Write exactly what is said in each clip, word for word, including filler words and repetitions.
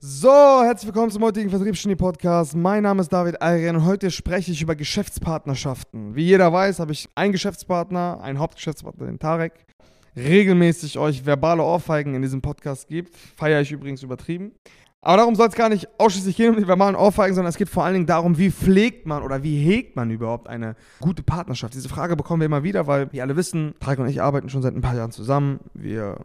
So, herzlich willkommen zum heutigen Vertriebsgenie-Podcast. Mein Name ist David Ayren und heute spreche ich über Geschäftspartnerschaften. Wie jeder weiß, habe ich einen Geschäftspartner, einen Hauptgeschäftspartner, den Tarek. Regelmäßig euch verbale Ohrfeigen in diesem Podcast gibt. Feiere ich übrigens übertrieben. Aber darum soll es gar nicht ausschließlich gehen um die verbalen Ohrfeigen, sondern es geht vor allen Dingen darum, wie pflegt man oder wie hegt man überhaupt eine gute Partnerschaft. Diese Frage bekommen wir immer wieder, weil wir alle wissen, Tarek und ich arbeiten schon seit ein paar Jahren zusammen. Wir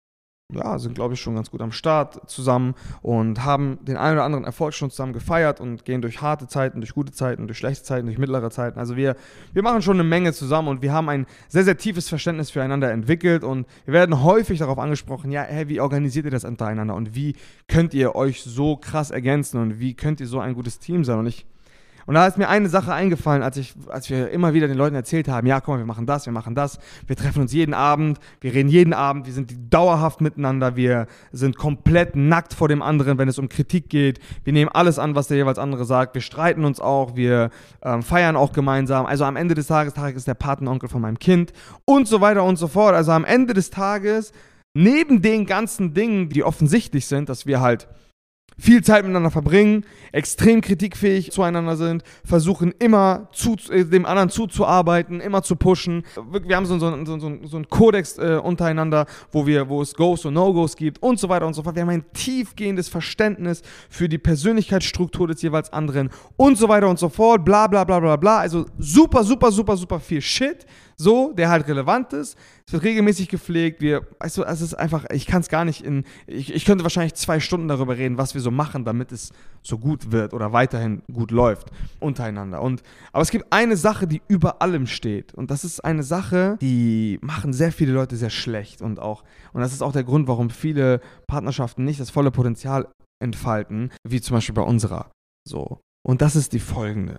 ja, sind, glaube ich, schon ganz gut am Start zusammen und haben den einen oder anderen Erfolg schon zusammen gefeiert und gehen durch harte Zeiten, durch gute Zeiten, durch schlechte Zeiten, durch mittlere Zeiten. Also wir, wir machen schon eine Menge zusammen und wir haben ein sehr, sehr tiefes Verständnis füreinander entwickelt und wir werden häufig darauf angesprochen, ja, hey, wie organisiert ihr das untereinander und wie könnt ihr euch so krass ergänzen und wie könnt ihr so ein gutes Team sein? Und ich Und da ist mir eine Sache eingefallen, als, ich, als wir immer wieder den Leuten erzählt haben, ja, guck mal, wir machen das, wir machen das, wir treffen uns jeden Abend, wir reden jeden Abend, wir sind dauerhaft miteinander, wir sind komplett nackt vor dem anderen, wenn es um Kritik geht, wir nehmen alles an, was der jeweils andere sagt, wir streiten uns auch, wir ähm, feiern auch gemeinsam, also am Ende des Tages, Tarek ist der Patenonkel von meinem Kind und so weiter und so fort, also am Ende des Tages, neben den ganzen Dingen, die offensichtlich sind, dass wir halt viel Zeit miteinander verbringen, extrem kritikfähig zueinander sind, versuchen immer zu, äh, dem anderen zuzuarbeiten, immer zu pushen. Wir haben so, so, so, so, so einen Kodex äh, untereinander, wo, wir, wo es Goes und No-Gos gibt und so weiter und so fort. Wir haben ein tiefgehendes Verständnis für die Persönlichkeitsstruktur des jeweils anderen und so weiter und so fort, bla bla bla bla bla. Also super, super, super, super viel Shit, so, der halt relevant ist. Es wird regelmäßig gepflegt. Wir, weißt du, es ist einfach, ich kann es gar nicht in, ich, ich könnte wahrscheinlich zwei Stunden darüber reden, was wir so machen, damit es so gut wird oder weiterhin gut läuft untereinander. Und, aber es gibt eine Sache, die über allem steht. Und das ist eine Sache, die machen sehr viele Leute sehr schlecht. Und auch, und das ist auch der Grund, warum viele Partnerschaften nicht das volle Potenzial entfalten, wie zum Beispiel bei unserer. So. Und das ist die folgende.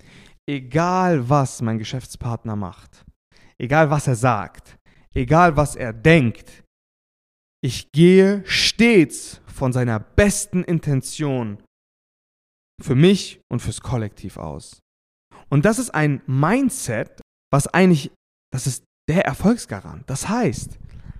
Egal was mein Geschäftspartner macht, egal was er sagt, egal was er denkt, ich gehe stets von seiner besten Intention für mich und fürs Kollektiv aus. Und das ist ein Mindset, was eigentlich, das ist der Erfolgsgarant. Das heißt,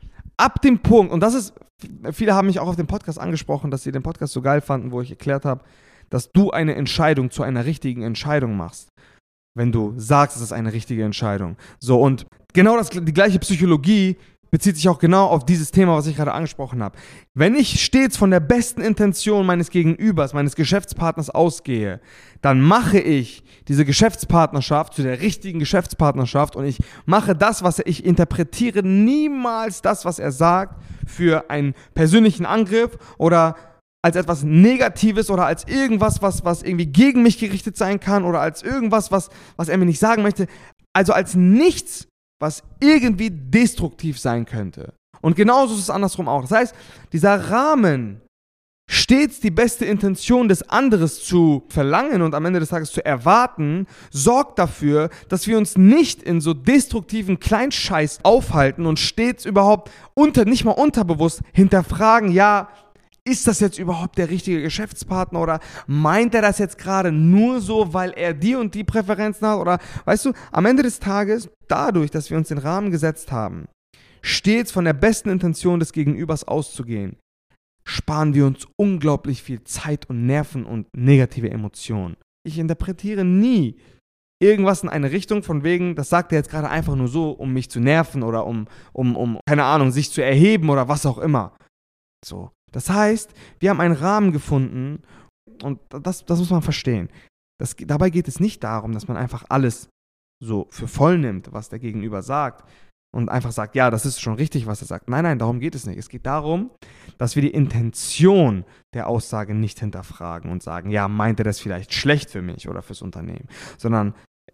ab dem Punkt, und das ist, viele haben mich auch auf dem Podcast angesprochen, dass sie den Podcast so geil fanden, wo ich erklärt habe, dass du eine Entscheidung zu einer richtigen Entscheidung machst. Wenn du sagst, es ist eine richtige Entscheidung. So, und genau das, die gleiche Psychologie bezieht sich auch genau auf dieses Thema, was ich gerade angesprochen habe. Wenn ich stets von der besten Intention meines Gegenübers, meines Geschäftspartners ausgehe, dann mache ich diese Geschäftspartnerschaft zu der richtigen Geschäftspartnerschaft und ich mache das, was er, ich interpretiere niemals das, was er sagt, für einen persönlichen Angriff oder als etwas Negatives oder als irgendwas, was, was irgendwie gegen mich gerichtet sein kann oder als irgendwas, was, was er mir nicht sagen möchte. Also als nichts, was irgendwie destruktiv sein könnte. Und genauso ist es andersrum auch. Das heißt, dieser Rahmen, stets die beste Intention des anderen zu verlangen und am Ende des Tages zu erwarten, sorgt dafür, dass wir uns nicht in so destruktiven Kleinscheiß aufhalten und stets überhaupt unter, nicht mal unterbewusst hinterfragen, ja, ist das jetzt überhaupt der richtige Geschäftspartner oder meint er das jetzt gerade nur so, weil er die und die Präferenzen hat oder, weißt du, am Ende des Tages, dadurch, dass wir uns den Rahmen gesetzt haben, stets von der besten Intention des Gegenübers auszugehen, sparen wir uns unglaublich viel Zeit und Nerven und negative Emotionen. Ich interpretiere nie irgendwas in eine Richtung von wegen, das sagt er jetzt gerade einfach nur so, um mich zu nerven oder um, um, um, keine Ahnung, sich zu erheben oder was auch immer. So. Das heißt, wir haben einen Rahmen gefunden und das, das muss man verstehen. Das, dabei geht es nicht darum, dass man einfach alles so für voll nimmt, was der Gegenüber sagt und einfach sagt, ja, das ist schon richtig, was er sagt. Nein, nein, darum geht es nicht. Es geht darum, dass wir die Intention der Aussage nicht hinterfragen und sagen, ja, meint er das vielleicht schlecht für mich oder fürs Unternehmen, sondern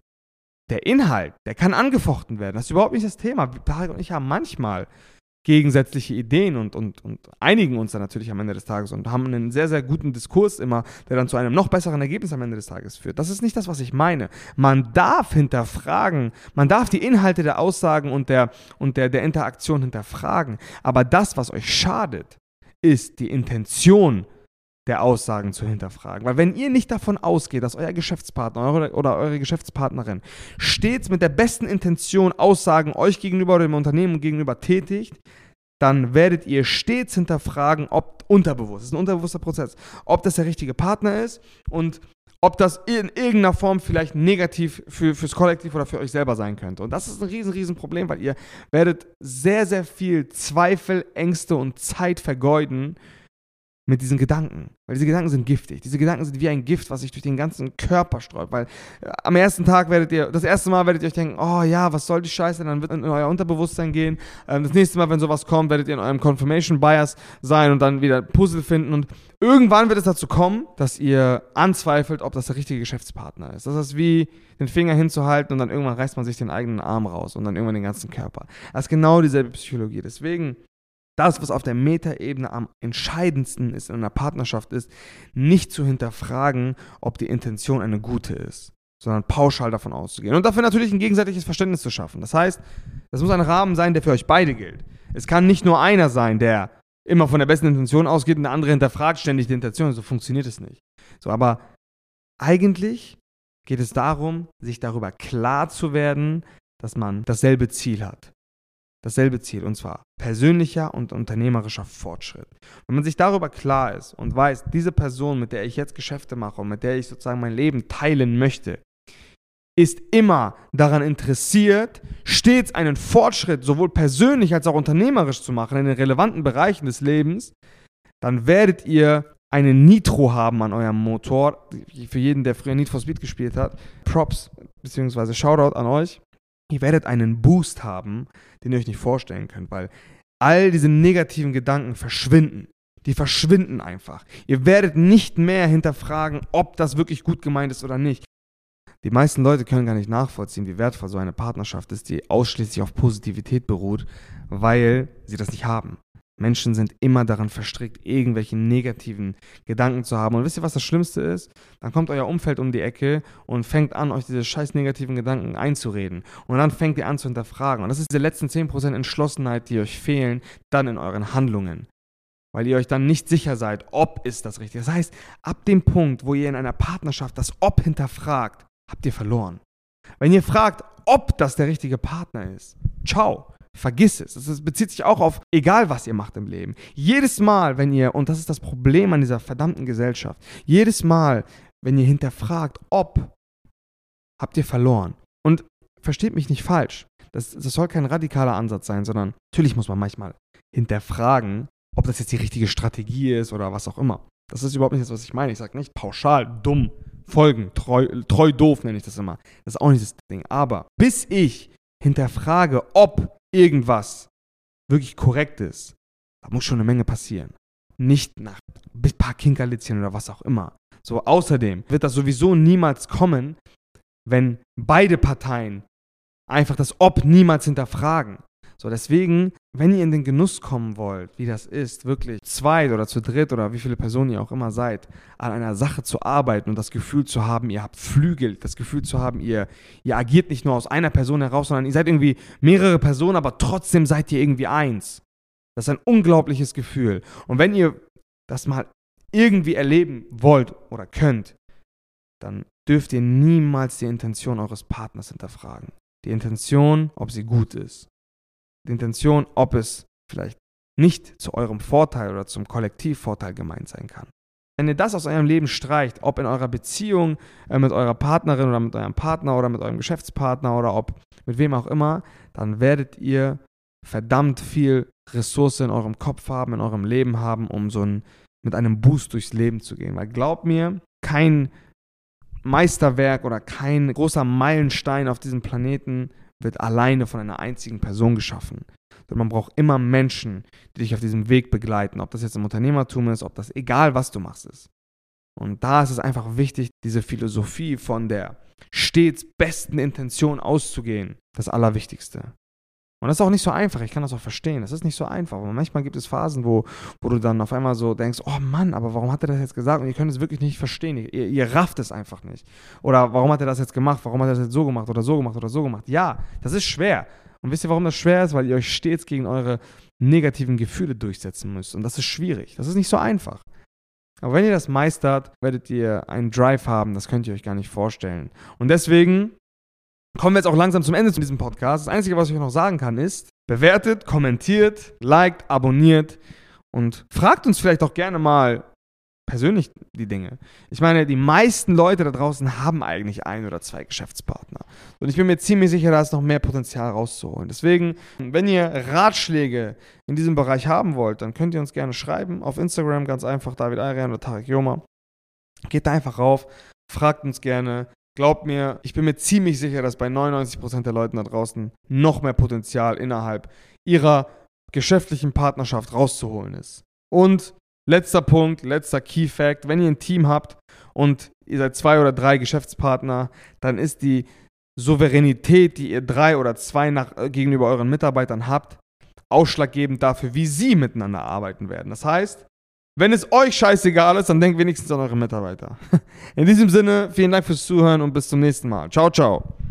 der Inhalt, der kann angefochten werden. Das ist überhaupt nicht das Thema. Tarek und ich haben manchmal gegensätzliche Ideen und, und, und einigen uns dann natürlich am Ende des Tages und haben einen sehr, sehr guten Diskurs immer, der dann zu einem noch besseren Ergebnis am Ende des Tages führt. Das ist nicht das, was ich meine. Man darf hinterfragen, man darf die Inhalte der Aussagen und der, und der, der Interaktion hinterfragen, aber das, was euch schadet, ist die Intention der Aussagen zu hinterfragen. Weil wenn ihr nicht davon ausgeht, dass euer Geschäftspartner eure, oder eure Geschäftspartnerin stets mit der besten Intention Aussagen euch gegenüber oder dem Unternehmen gegenüber tätigt, dann werdet ihr stets hinterfragen, ob unterbewusst, das ist ein unterbewusster Prozess, ob das der richtige Partner ist und ob das in irgendeiner Form vielleicht negativ für, fürs Kollektiv oder für euch selber sein könnte. Und das ist ein riesen, riesen Problem, weil ihr werdet sehr, sehr viel Zweifel, Ängste und Zeit vergeuden mit diesen Gedanken. Weil diese Gedanken sind giftig. Diese Gedanken sind wie ein Gift, was sich durch den ganzen Körper streut. Weil äh, am ersten Tag werdet ihr, das erste Mal werdet ihr euch denken, oh ja, was soll die Scheiße, dann wird in euer Unterbewusstsein gehen. Ähm, das nächste Mal, wenn sowas kommt, werdet ihr in eurem Confirmation Bias sein und dann wieder Puzzle finden. Und irgendwann wird es dazu kommen, dass ihr anzweifelt, ob das der richtige Geschäftspartner ist. Das ist wie den Finger hinzuhalten und dann irgendwann reißt man sich den eigenen Arm raus und dann irgendwann den ganzen Körper. Das ist genau dieselbe Psychologie. Deswegen das, was auf der Metaebene am entscheidendsten ist in einer Partnerschaft, ist, nicht zu hinterfragen, ob die Intention eine gute ist, sondern pauschal davon auszugehen. Und dafür natürlich ein gegenseitiges Verständnis zu schaffen. Das heißt, das muss ein Rahmen sein, der für euch beide gilt. Es kann nicht nur einer sein, der immer von der besten Intention ausgeht und der andere hinterfragt ständig die Intention. So funktioniert es nicht. So, aber eigentlich geht es darum, sich darüber klar zu werden, dass man dasselbe Ziel hat. Dasselbe Ziel, und zwar persönlicher und unternehmerischer Fortschritt. Wenn man sich darüber klar ist und weiß, diese Person, mit der ich jetzt Geschäfte mache und mit der ich sozusagen mein Leben teilen möchte, ist immer daran interessiert, stets einen Fortschritt sowohl persönlich als auch unternehmerisch zu machen in den relevanten Bereichen des Lebens, dann werdet ihr eine Nitro haben an eurem Motor. Für jeden, der früher Need for Speed gespielt hat, Props bzw. Shoutout an euch. Ihr werdet einen Boost haben, den ihr euch nicht vorstellen könnt, weil all diese negativen Gedanken verschwinden. Die verschwinden einfach. Ihr werdet nicht mehr hinterfragen, ob das wirklich gut gemeint ist oder nicht. Die meisten Leute können gar nicht nachvollziehen, wie wertvoll so eine Partnerschaft ist, die ausschließlich auf Positivität beruht, weil sie das nicht haben. Menschen sind immer daran verstrickt, irgendwelche negativen Gedanken zu haben. Und wisst ihr, was das Schlimmste ist? Dann kommt euer Umfeld um die Ecke und fängt an, euch diese scheiß negativen Gedanken einzureden. Und dann fängt ihr an zu hinterfragen. Und das ist diese letzten zehn Prozent Entschlossenheit, die euch fehlen, dann in euren Handlungen. Weil ihr euch dann nicht sicher seid, ob ist das richtig. Das heißt, ab dem Punkt, wo ihr in einer Partnerschaft das Ob hinterfragt, habt ihr verloren. Wenn ihr fragt, ob das der richtige Partner ist, ciao. Vergiss es. Das bezieht sich auch auf, egal was ihr macht im Leben. Jedes Mal, wenn ihr, und das ist das Problem an dieser verdammten Gesellschaft, jedes Mal, wenn ihr hinterfragt, ob, habt ihr verloren. Und versteht mich nicht falsch. Das, das soll kein radikaler Ansatz sein, sondern natürlich muss man manchmal hinterfragen, ob das jetzt die richtige Strategie ist oder was auch immer. Das ist überhaupt nicht das, was ich meine. Ich sage nicht pauschal, dumm, folgen, treu, treu doof nenne ich das immer. Das ist auch nicht das Ding. Aber bis ich hinterfrage, ob irgendwas wirklich korrekt ist, da muss schon eine Menge passieren. Nicht nach ein paar Kinkerlitzchen oder was auch immer. So, außerdem wird das sowieso niemals kommen, wenn beide Parteien einfach das Ob niemals hinterfragen. So, deswegen, wenn ihr in den Genuss kommen wollt, wie das ist, wirklich zweit oder zu dritt oder wie viele Personen ihr auch immer seid, an einer Sache zu arbeiten und das Gefühl zu haben, ihr habt Flügel, das Gefühl zu haben, ihr, ihr agiert nicht nur aus einer Person heraus, sondern ihr seid irgendwie mehrere Personen, aber trotzdem seid ihr irgendwie eins. Das ist ein unglaubliches Gefühl. Und wenn ihr das mal irgendwie erleben wollt oder könnt, dann dürft ihr niemals die Intention eures Partners hinterfragen. Die Intention, ob sie gut ist. Die Intention, ob es vielleicht nicht zu eurem Vorteil oder zum Kollektivvorteil gemeint sein kann. Wenn ihr das aus eurem Leben streicht, ob in eurer Beziehung äh, mit eurer Partnerin oder mit eurem Partner oder mit eurem Geschäftspartner oder ob mit wem auch immer, dann werdet ihr verdammt viel Ressource in eurem Kopf haben, in eurem Leben haben, um so ein, mit einem Boost durchs Leben zu gehen. Weil glaubt mir, kein Meisterwerk oder kein großer Meilenstein auf diesem Planeten wird alleine von einer einzigen Person geschaffen. Und man braucht immer Menschen, die dich auf diesem Weg begleiten. Ob das jetzt im Unternehmertum ist, ob das egal was du machst ist. Und da ist es einfach wichtig, diese Philosophie von der stets besten Intention auszugehen. Das Allerwichtigste. Und das ist auch nicht so einfach, ich kann das auch verstehen, das ist nicht so einfach. Aber manchmal gibt es Phasen, wo, wo du dann auf einmal so denkst, oh Mann, aber warum hat er das jetzt gesagt? Und ihr könnt es wirklich nicht verstehen, ihr, ihr rafft es einfach nicht. Oder warum hat er das jetzt gemacht, warum hat er das jetzt so gemacht oder so gemacht oder so gemacht? Ja, das ist schwer. Und wisst ihr, warum das schwer ist? Weil ihr euch stets gegen eure negativen Gefühle durchsetzen müsst. Und das ist schwierig, das ist nicht so einfach. Aber wenn ihr das meistert, werdet ihr einen Drive haben, das könnt ihr euch gar nicht vorstellen. Und deswegen kommen wir jetzt auch langsam zum Ende zu diesem Podcast. Das Einzige, was ich euch noch sagen kann, ist, bewertet, kommentiert, liked, abonniert und fragt uns vielleicht auch gerne mal persönlich die Dinge. Ich meine, die meisten Leute da draußen haben eigentlich ein oder zwei Geschäftspartner. Und ich bin mir ziemlich sicher, da ist noch mehr Potenzial rauszuholen. Deswegen, wenn ihr Ratschläge in diesem Bereich haben wollt, dann könnt ihr uns gerne schreiben. Auf Instagram ganz einfach, David Ayrian oder Tarek Yoma. Geht da einfach rauf, fragt uns gerne. Glaubt mir, ich bin mir ziemlich sicher, dass bei neunundneunzig Prozent der Leuten da draußen noch mehr Potenzial innerhalb ihrer geschäftlichen Partnerschaft rauszuholen ist. Und letzter Punkt, letzter Key Fact, wenn ihr ein Team habt und ihr seid zwei oder drei Geschäftspartner, dann ist die Souveränität, die ihr drei oder zwei nach, gegenüber euren Mitarbeitern habt, ausschlaggebend dafür, wie sie miteinander arbeiten werden. Das heißt, wenn es euch scheißegal ist, dann denkt wenigstens an eure Mitarbeiter. In diesem Sinne, vielen Dank fürs Zuhören und bis zum nächsten Mal. Ciao, ciao.